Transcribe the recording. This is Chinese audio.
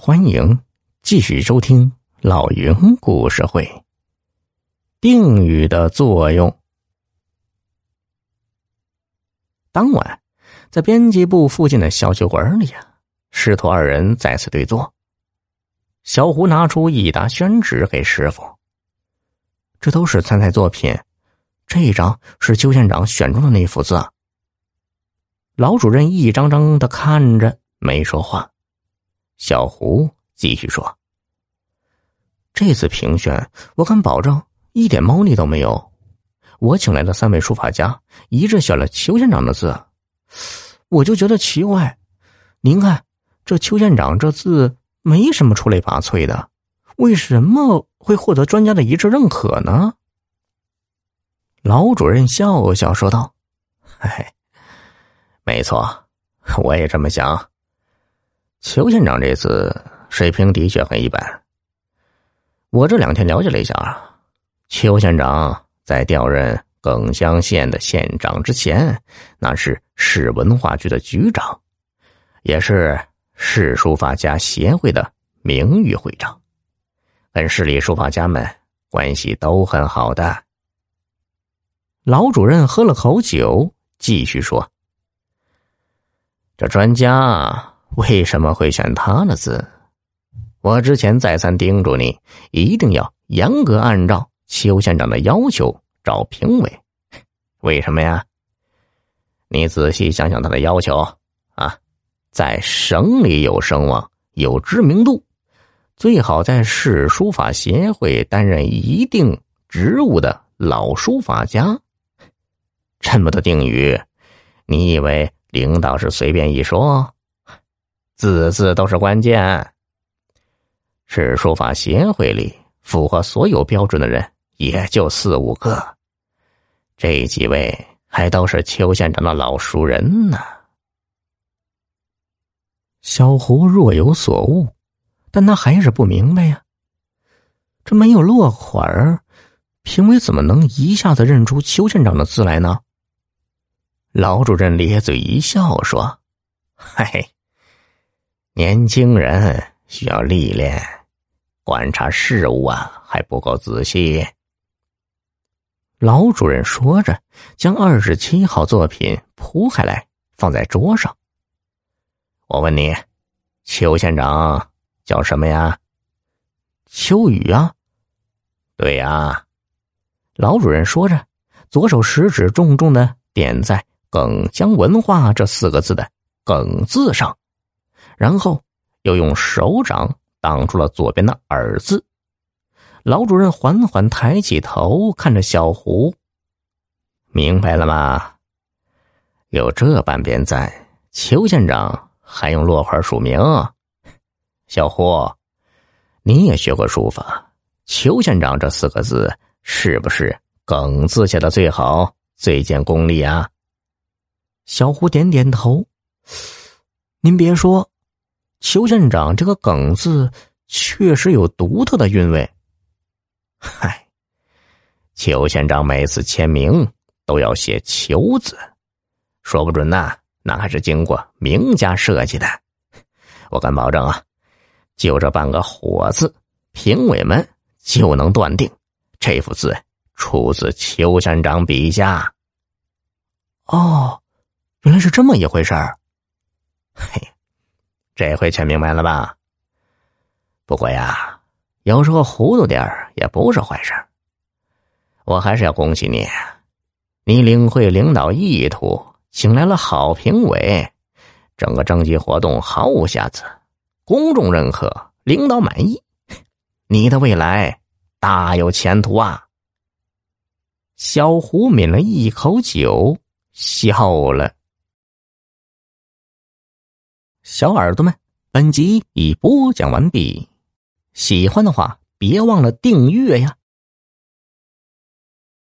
欢迎继续收听老云故事会。定语的作用。当晚，在编辑部附近的小酒馆里师徒二人再次对坐。小胡拿出一沓宣纸给师傅，这都是参赛作品，这一张是邱县长选中的那幅字。老主任一张张的看着，没说话。小胡继续说，这次评选我敢保证一点猫腻都没有，我请来的3位书法家一致选了邱县长的字。我就觉得奇怪，您看这邱县长这字没什么出类拔萃的，为什么会获得专家的一致认可呢？老主任笑笑说道，没错，我也这么想。邱县长这次水平的确很一般。我这2天了解了一下，邱县长在调任耿乡县的县长之前，那是市文化局的局长，也是市书法家协会的名誉会长，跟市里书法家们关系都很好的。老主任喝了口酒，继续说，这专家为什么会选他的字？我之前再三叮嘱你，一定要严格按照邱县长的要求找评委。为什么呀？你仔细想想他的要求啊，在省里有声望、有知名度，最好在市书法协会担任一定职务的老书法家。这么多定语，你以为领导是随便一说？字字都是关键。市书法协会里符合所有标准的人也就4、5个，这几位还都是邱县长的老熟人呢。小胡若有所悟，但他还是不明白呀，这没有落款，评委怎么能一下子认出邱县长的字来呢？老主任咧嘴一笑说，年轻人需要历练，观察事物还不够仔细。老主任说着，将27号作品铺开来放在桌上。我问你，邱县长叫什么呀？邱宇啊。对呀。老主任说着，左手食指重重的点在耿江文化这4个字的耿字上，然后又用手掌挡住了左边的耳字。老主任缓缓抬起头看着小胡，明白了吗？有这半边在，邱县长还用落款署名？小胡，你也学过书法，邱县长这4个字是不是耿字写的最好，最见功力啊？小胡点点头。您别说，邱县长这个耿字确实有独特的韵味。邱县长每次签名都要写邱字，说不准那还是经过名家设计的。我敢保证就这半个火字，评委们就能断定这幅字出自邱县长笔下。哦，原来是这么一回事儿。这回全明白了吧？不过呀，有时候糊涂点也不是坏事。我还是要恭喜你，你领会领导意图，请来了好评委，整个征集活动毫无瑕疵，公众认可，领导满意，你的未来大有前途啊！小胡抿了一口酒，笑了。小耳朵们，本集已播讲完毕，喜欢的话别忘了订阅呀。